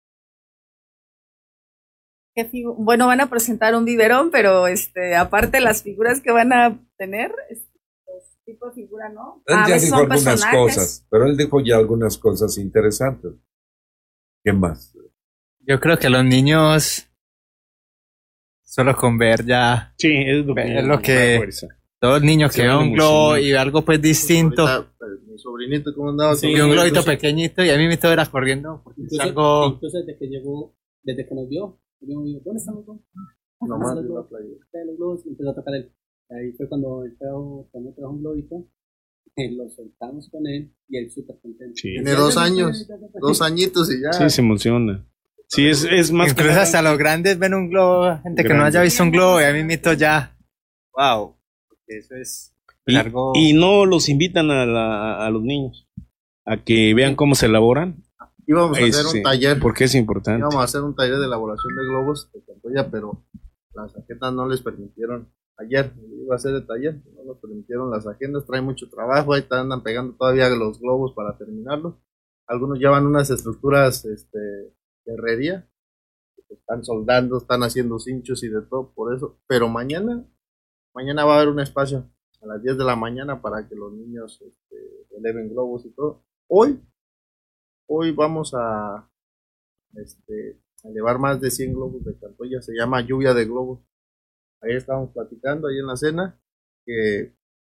¿Qué figu- bueno, van a presentar un biberón, pero este, aparte las figuras que van a tener, este, los tipos de figura, ¿no? Él A ya veces dijo son algunas personajes. cosas, pero él dijo ya algunas cosas interesantes. ¿Qué más? Yo creo que los niños, solo con ver ya, sí, es lo que, es lo que todo el niño que ve un globo y ve algo pues distinto. Ahorita, mi sobrinito, ¿cómo andaba? Sí, y un globito pequeñito y a mí me todo era corriendo. Porque Entonces, es algo... entonces desde que llegó, desde que nos vio, yo me dijo, ¿dónde están los globos? Nomás los de la globos, playa. los globos, y empezó a tocar él. Ahí fue cuando él trajo, cuando trajo un globito, eh, lo soltamos con él y él súper contento. Sí. Tiene dos años, dos añitos y ya. Sí, se emociona. Sí, es, es más. Incluso que hasta los grandes ven un globo, gente grande. Que no haya visto un globo, y a mí mito ya. Wow, porque eso es y, largo. Y no los invitan a, la, a los niños a que vean cómo se elaboran. Íbamos a hacer es, un taller. Porque es importante. Íbamos a hacer un taller de elaboración de globos de Cantoya, pero las agendas no les permitieron. Ayer iba a hacer el taller, no nos permitieron las agendas, trae mucho trabajo, ahí andan pegando todavía los globos para terminarlo. Algunos llevan unas estructuras este, de herrería, están soldando, están haciendo cinchos y de todo por eso. Pero mañana, mañana va a haber un espacio a las diez de la mañana para que los niños este, eleven globos y todo. Hoy Hoy vamos a, este, a elevar más de cien globos de Cantoya, se llama Lluvia de Globos. Ahí estábamos platicando, ahí en la cena, que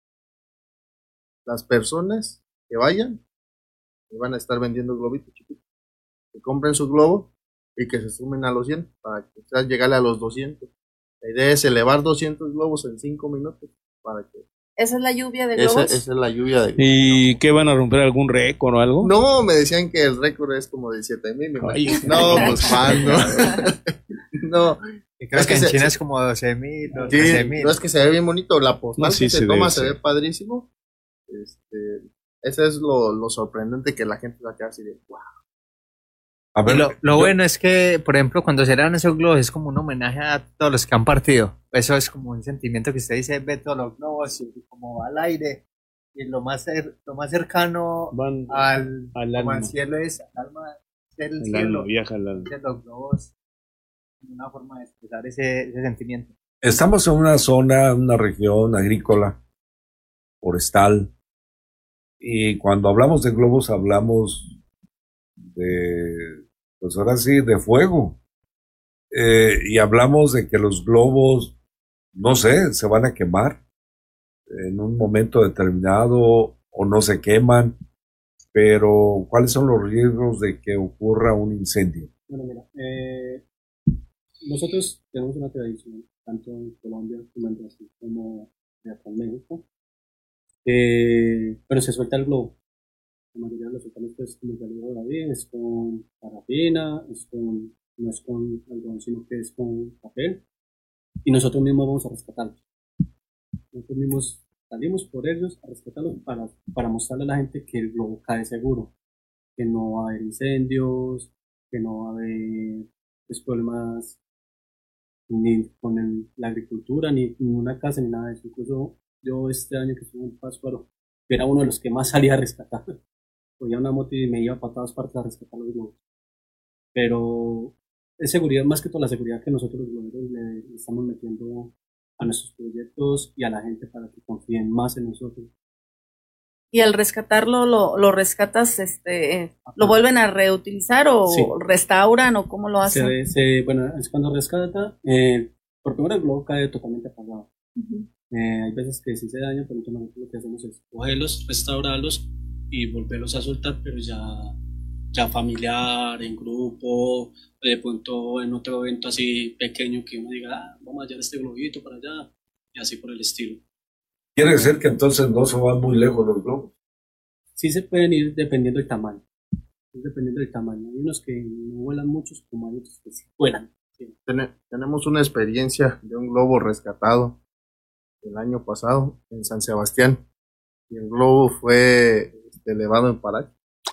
las personas que vayan van a estar vendiendo globitos chiquitos, que compren su globo y que se sumen a los cien para que puedan llegarle a los doscientos. La idea es elevar doscientos globos en cinco minutos para que... ¿Esa es la lluvia de globos? Esa, esa es la lluvia de globos. ¿Y qué van a romper? ¿Algún récord o algo? No, me decían que el récord es como de siete mil. No, pues fan, no. No. Y creo es que, que en se, China se, es como doce mil. Sí, no, es que se ve bien bonito. La postal no, sí, que se, se toma se ve padrísimo. Este, ese es lo, lo sorprendente que la gente va a quedar así de wow. A ver, lo, lo yo, bueno es que, por ejemplo, cuando se dan esos globos es como un homenaje a todos los que han partido. Eso es como un sentimiento que usted dice, ve todos los globos y como va al aire. Y lo más, cer, lo más cercano Van, al, al, alma. al cielo es al alma del el cielo. Alma, viaja al alma. Los globos, una forma de expresar ese, ese sentimiento. Estamos en una zona, una región agrícola, forestal. Y cuando hablamos de globos hablamos de, pues ahora sí, de fuego. Eh, y hablamos de que los globos, no sé, se van a quemar en un momento determinado o no se queman, pero ¿cuáles son los riesgos de que ocurra un incendio? Bueno, mira, eh, nosotros tenemos una tradición, tanto en Colombia como en Brasil, como acá en México, eh, pero se suelta el globo. La mayoría de los soltamos, pues, como ya dijo David, es con parafina, es con, no es con algodón, sino que es con papel, y nosotros mismos vamos a rescatarlos. Nosotros mismos salimos por ellos a rescatarlos para, para mostrarle a la gente que el globo cae seguro, que no va a haber incendios, que no va a haber pues, problemas ni con el, la agricultura, ni con una casa, ni nada de eso. Incluso yo este año que estuve en Pátzcuaro, era uno de los que más salía a rescatar. Cogía una moto y me iba para todas partes a rescatar los globos. Pero es seguridad, más que toda la seguridad que nosotros los globeros le, le estamos metiendo a nuestros proyectos y a la gente para que confíen más en nosotros. ¿Y al rescatarlo, lo, lo rescatas, este, lo vuelven a reutilizar o sí. restauran o cómo lo hacen? Se, se, bueno, es cuando rescata, eh, por primero el globo cae totalmente apagado. Uh-huh. Eh, hay veces que sí se daña, pero entonces nosotros lo que hacemos es cogerlos, restaurarlos y volverlos a soltar, pero ya, ya familiar, en grupo, de pronto en otro evento así pequeño que uno diga, ah, vamos a hallar este globito para allá, y así por el estilo. Quiere decir que entonces no se van muy lejos los globos. Sí se pueden ir dependiendo del tamaño, dependiendo del tamaño. Hay unos que no vuelan muchos, como hay otros que sí vuelan. Sí. Ten- tenemos una experiencia de un globo rescatado el año pasado en San Sebastián, y el globo fue elevado en Paracho,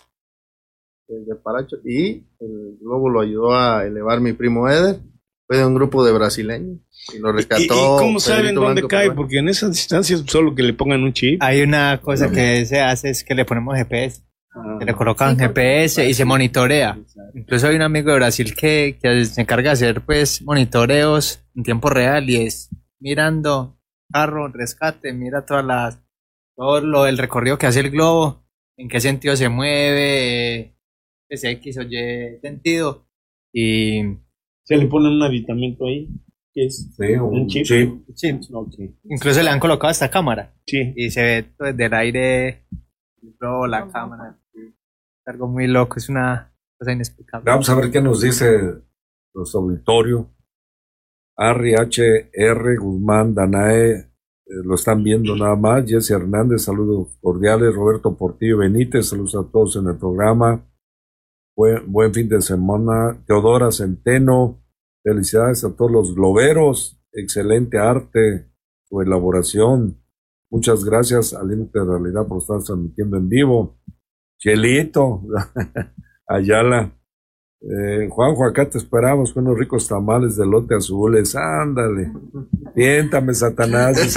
desde Paracho, y el globo lo ayudó a elevar mi primo Eder, fue de un grupo de brasileños y lo rescató. ¿Y, y cómo saben dónde cae? Blanco, porque en esas distancias solo que le pongan un chip. Hay una cosa no. que se hace, es que le ponemos G P S, ah, que le colocan sí, G P S y se monitorea. Exacto. Incluso hay un amigo de Brasil que, que se encarga de hacer pues monitoreos en tiempo real, y es mirando carro, rescate, mira todas las, todo lo del recorrido que hace el globo, en qué sentido se mueve, es X o Y sentido, y se le pone un aditamento ahí, que es sí, un, un chip. chip. chip. Okay. Incluso le han colocado esta cámara, sí. y se ve desde el aire el globo, la oh, cámara, sí. Es algo muy loco, es una cosa inexplicable. Vamos a ver qué nos dice nuestro auditorio. Arri H R Guzmán Danae eh, lo están viendo nada más. Jesse Hernández, saludos cordiales. Roberto Portillo Benítez, saludos a todos en el programa. Buen, buen fin de semana. Teodora Centeno, felicidades a todos los globeros. Excelente arte, su elaboración. Muchas gracias al Límite de Realidad por estar transmitiendo en vivo. Chelito, Ayala. Eh, Juanjo, acá te esperamos con unos ricos tamales de lote azules. Ándale. Tiéntame, Satanás.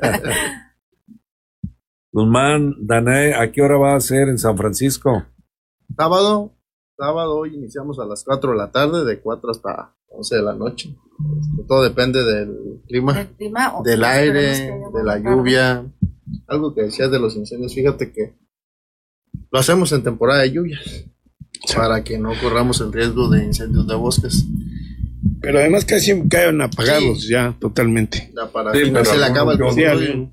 Guzmán, Danae, ¿a qué hora va a ser en San Francisco? Sábado. Sábado, hoy iniciamos a las cuatro de la tarde, de cuatro hasta once de la noche. Todo depende del clima, ¿El clima del aire, de la lluvia. Algo que decías de los incendios, fíjate que lo hacemos en temporada de lluvias, para que no corramos el riesgo de incendios de bosques. Pero además casi caen apagados sí. ya totalmente. Ya para sí, no se le acaba el control.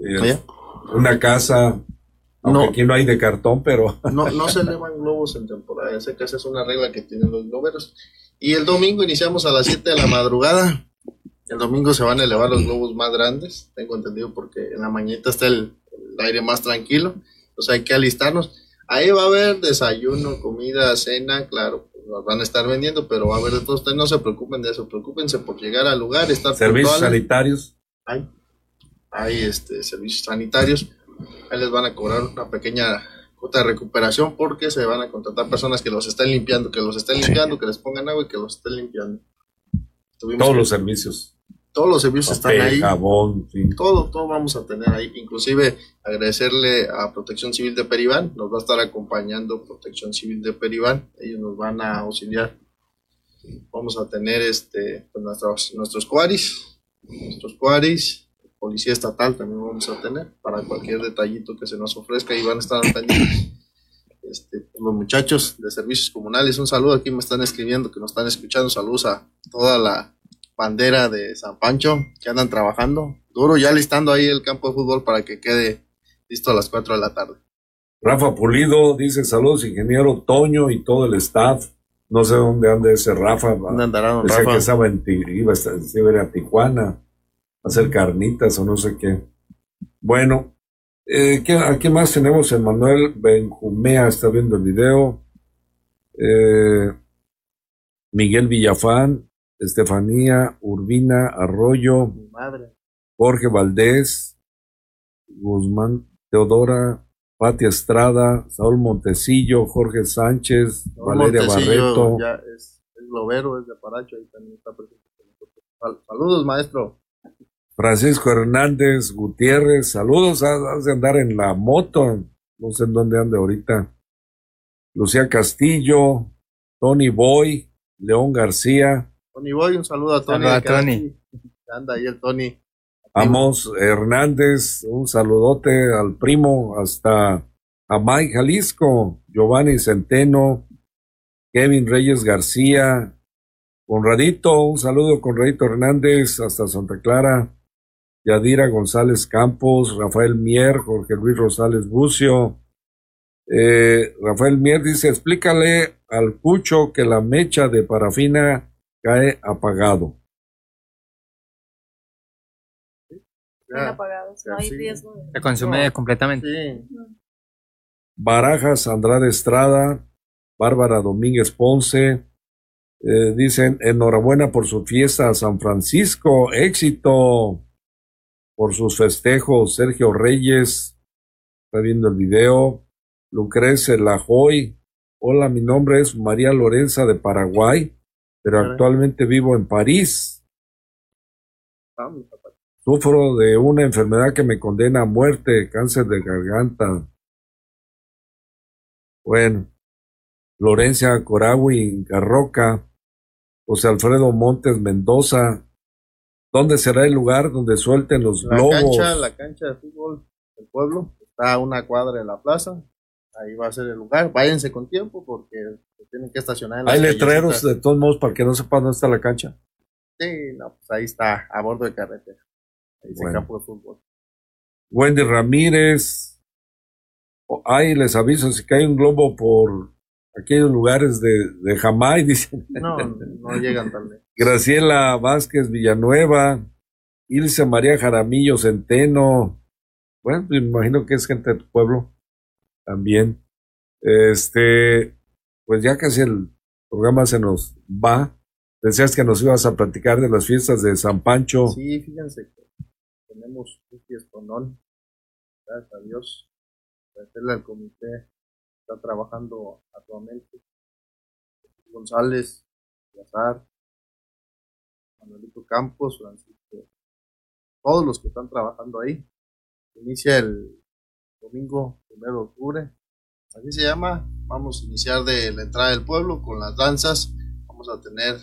Una casa, aunque no, aquí no hay de cartón, pero... no, no se elevan globos en temporada seca, esa es una regla que tienen los globeros. Y el domingo iniciamos a las siete de la madrugada. El domingo se van a elevar los globos más grandes, tengo entendido, porque en la mañana está el, el aire más tranquilo. Entonces hay que alistarnos. Ahí va a haber desayuno, comida, cena, claro, pues nos van a estar vendiendo, pero va a haber de todo. Ustedes no se preocupen de eso, preocúpense por llegar al lugar, estar servicios puntuales. Sanitarios. Hay, hay este, servicios sanitarios. Ahí les van a cobrar una pequeña cuota de recuperación porque se van a contratar personas que los estén limpiando, que los estén limpiando, sí. que les pongan agua y que los estén limpiando. Tuvimos todos que, los servicios. Todos los servicios Papel, están ahí. Jabón, sí. Todo, todo vamos a tener ahí. Inclusive agradecerle a Protección Civil de Peribán. Nos va a estar acompañando Protección Civil de Peribán. Ellos nos van a auxiliar. Vamos a tener este pues nuestros, nuestros cuaris. Nuestros cuaris. Policía estatal también vamos a tener. Para cualquier detallito que se nos ofrezca. Y van a estar pendientes. Este, los muchachos de servicios comunales. Un saludo. Aquí me están escribiendo que nos están escuchando. Saludos a toda la bandera de San Pancho, que andan trabajando duro, ya listando ahí el campo de fútbol para que quede listo a las cuatro de la tarde. Rafa Pulido dice saludos ingeniero Toño y todo el staff. No sé dónde anda ese Rafa. ¿Dónde andará Rafa? Que estaba en iba a ir a Tijuana a hacer carnitas o no sé qué. Bueno, eh, ¿qué, ¿a qué más tenemos? Manuel Benjumea está viendo el video. Eh, Miguel Villafán, Estefanía Urbina Arroyo, mi madre. Jorge Valdés, Guzmán Teodora, Pati Estrada, Saúl Montecillo, Jorge Sánchez, Saúl Valeria Montecillo Barreto. Ya es, es globero, es de Paracho, ahí también está presente. Saludos, maestro. Francisco Hernández Gutiérrez, saludos, has de andar en la moto, no sé en dónde ande ahorita. Lucía Castillo, Tony Boy, León García. Tony Boy, un saludo a Tony. Saludo a Tony. Anda ahí el Tony. Amos Hernández, un saludote al primo hasta Amay, Jalisco. Giovanni Centeno, Kevin Reyes García, Conradito, un saludo Conradito Hernández hasta Santa Clara. Yadira González Campos, Rafael Mier, Jorge Luis Rosales Bucio. Eh, Rafael Mier dice, explícale al Cucho que la mecha de parafina cae apagado. Ya, apagados, no hay riesgo. Se consume no, completamente. Sí. Barajas Andrade Estrada, Bárbara Domínguez Ponce, eh, dicen enhorabuena por su fiesta a San Francisco, éxito por sus festejos. Sergio Reyes está viendo el video. Lucrece Lajoy, hola, mi nombre es María Lorenza de Paraguay, pero actualmente vivo en París. Sufro de una enfermedad que me condena a muerte, cáncer de garganta. Bueno, Lorencia Coragui Carroca, José Alfredo Montes Mendoza. ¿Dónde será el lugar donde suelten los la globos? Cancha, la cancha de fútbol del pueblo, está a una cuadra de la plaza. Ahí va a ser el lugar. Váyanse con tiempo porque tienen que estacionar en las ¿Hay letreros de todos modos para que no sepan dónde está la cancha? Sí, no, pues ahí está, a bordo de carretera. Ahí bueno. se campo de fútbol. Wendy Ramírez. Ahí les aviso si cae un globo por aquellos lugares de, de Jamay, dicen. No, no llegan tan lejos. Graciela Vázquez Villanueva. Ilse María Jaramillo Centeno. Bueno, me imagino que es gente de tu pueblo también. Este, pues ya casi el programa se nos va. Decías que nos ibas a platicar de las fiestas de San Pancho. Sí, fíjense que tenemos un fiestonón. Gracias a Dios. Agradecerle al comité que está trabajando actualmente. González, Yazar, Manuelito Campos, Francisco, todos los que están trabajando ahí. Inicia el domingo primero de octubre. Así se llama. Vamos a iniciar de la entrada del pueblo con las danzas. Vamos a tener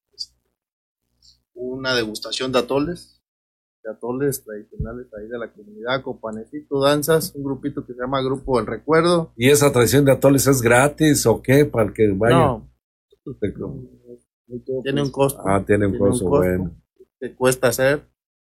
una degustación de atoles, de atoles tradicionales ahí de la comunidad, con panecito, danzas, un grupito que se llama Grupo del Recuerdo. ¿Y esa tradición de atoles es gratis o qué? Para el que vaya. No, tiene un costo. Ah, tiene un, tiene costo, un costo, bueno. Que cuesta hacer.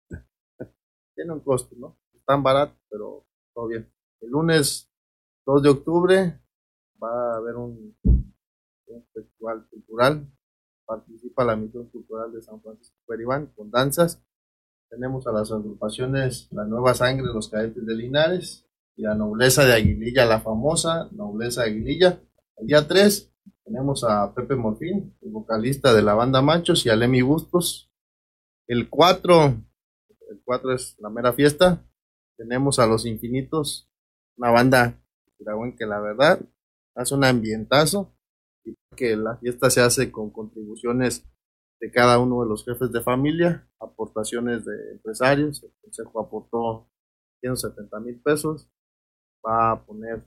Tiene un costo, ¿no? Tan barato, pero todo bien. El lunes dos de octubre va a haber un, un festival cultural. Participa la Misión Cultural de San Francisco Peribán con danzas. Tenemos a las agrupaciones La Nueva Sangre, Los Cadetes de Linares y la Nobleza de Aguililla, la famosa Nobleza de Aguililla. El día tres tenemos a Pepe Morfín, el vocalista de la banda Machos, y a Lemmy Bustos. El cuatro, el cuatro es la mera fiesta. Tenemos a Los Infinitos, una banda que la verdad hace un ambientazo, y que la fiesta se hace con contribuciones de cada uno de los jefes de familia, aportaciones de empresarios. El consejo aportó ciento setenta mil pesos, va a poner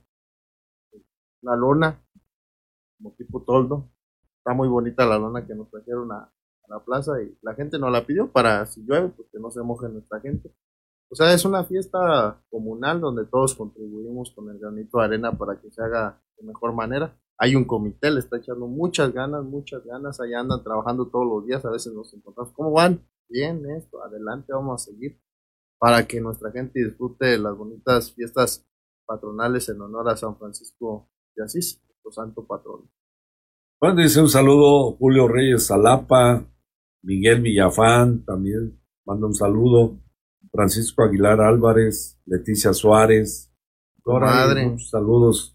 una lona como tipo toldo. Está muy bonita la lona que nos trajeron a, a la plaza, y la gente nos la pidió para si llueve, pues que no se moje nuestra gente. O sea, es una fiesta comunal donde todos contribuimos con el granito de arena para que se haga de mejor manera. Hay un comité, le está echando muchas ganas, muchas ganas, allá andan trabajando todos los días, a veces nos encontramos, ¿cómo van? Bien, esto, adelante, vamos a seguir, para que nuestra gente disfrute de las bonitas fiestas patronales en honor a San Francisco de Asís, nuestro santo patrono. Bueno, dice un saludo Julio Reyes Zalapa, Miguel Villafán también manda un saludo, Francisco Aguilar Álvarez, Leticia Suárez, Dora, madre, muchos saludos.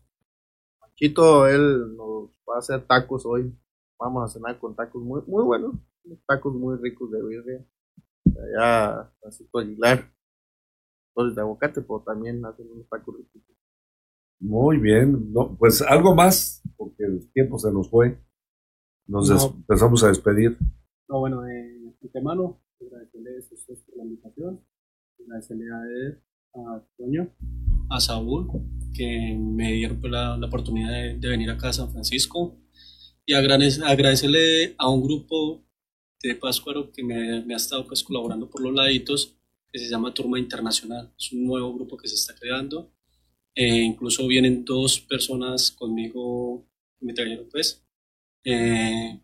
Chito, él nos va a hacer tacos hoy, vamos a cenar con tacos muy, muy buenos, tacos muy ricos de birria, allá Francisco Aguilar, de aguacate, pero también hacen unos tacos ricos. Muy bien, no, pues algo más, porque el tiempo se nos fue, nos no. empezamos a despedir. No, bueno, eh, de antemano, agradecerles a ustedes por la invitación, agradecerle a él, a Toño, a Saúl, que me dieron pues, la, la oportunidad de, de venir acá a San Francisco, y agradecer, agradecerle a un grupo de Pátzcuaro que me, me ha estado pues, colaborando por los laditos, que se llama Turma Internacional. Es un nuevo grupo que se está creando. Eh, incluso vienen dos personas conmigo que me trajeron pues. Eh,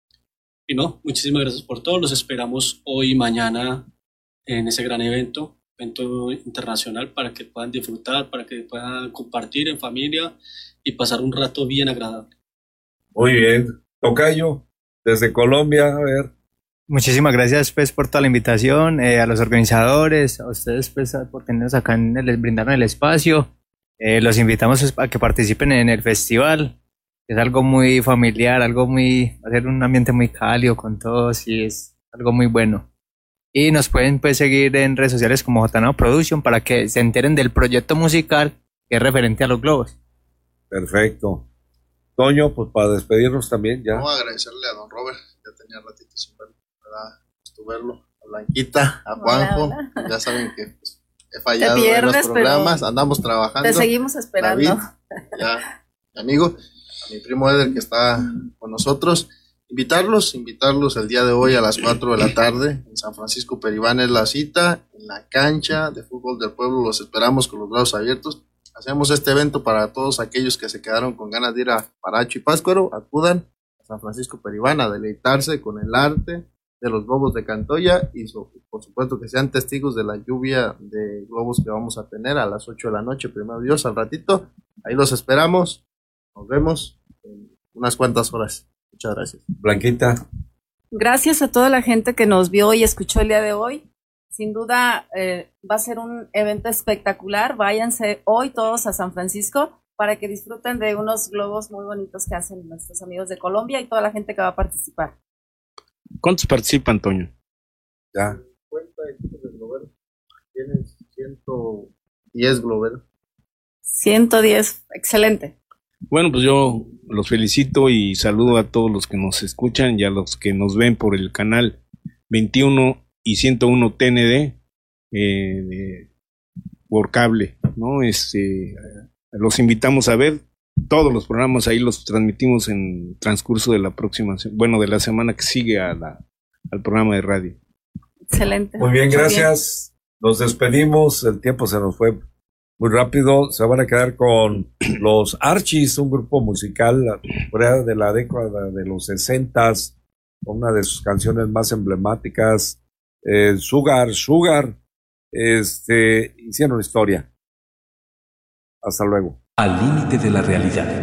y no, muchísimas gracias por todo. Los esperamos hoy y mañana en ese gran evento, evento internacional, para que puedan disfrutar, para que puedan compartir en familia y pasar un rato bien agradable. Muy bien. Tocayo, desde Colombia, a ver. Muchísimas gracias pues por toda la invitación, eh, a los organizadores, a ustedes pues por tenernos acá, en el, brindarnos el espacio. Eh, los invitamos pues, a que participen en el festival. Es algo muy familiar, algo muy, va a ser un ambiente muy cálido con todos y es algo muy bueno. Y nos pueden pues seguir en redes sociales como Jotanao Production para que se enteren del proyecto musical que es referente a los globos. Perfecto. Toño, pues para despedirnos también ya. Vamos a agradecerle a don Robert, ya tenía ratito sin verlo, ¿verdad? Gusto verlo, a Blanquita, a Juanjo, hola, hola. Ya saben que pues, he fallado pierdes, en los programas, andamos trabajando. Te seguimos esperando. David, ya, mi amigo, a mi primo Eder que está con nosotros. Invitarlos, invitarlos el día de hoy a las cuatro de la tarde en San Francisco Peribán es la cita, en la cancha de fútbol del pueblo, los esperamos con los brazos abiertos. Hacemos este evento para todos aquellos que se quedaron con ganas de ir a Paracho y Pátzcuaro, acudan a San Francisco Peribán a deleitarse con el arte de los globos de Cantoya y so, por supuesto que sean testigos de la lluvia de globos que vamos a tener a las ocho de la noche, primero Dios, al ratito. Ahí los esperamos, nos vemos en unas cuantas horas. Muchas gracias. Blanquita. Gracias a toda la gente que nos vio y escuchó el día de hoy. sin duda eh, va a ser un evento espectacular. Váyanse hoy todos a San Francisco para que disfruten de unos globos muy bonitos que hacen nuestros amigos de Colombia y toda la gente que va a participar. ¿Cuántos participan, Toño? Ya. cincuenta equipos de globeros. Tienen ciento diez globeros. ciento diez, excelente. Bueno, pues yo los felicito y saludo a todos los que nos escuchan y a los que nos ven por el canal veintiuno y ciento uno T N D eh, de, por cable, ¿no? Este, los invitamos a ver todos los programas, ahí los transmitimos en transcurso de la próxima, bueno, de la semana que sigue a la, al programa de radio. Excelente. Muy bien, gracias. Nos despedimos, el tiempo se nos fue muy rápido. Se van a quedar con los Archies, un grupo musical de la década de los sesentas, una de sus canciones más emblemáticas, eh, Sugar, Sugar, este, hicieron historia. Hasta luego. Al límite de la realidad.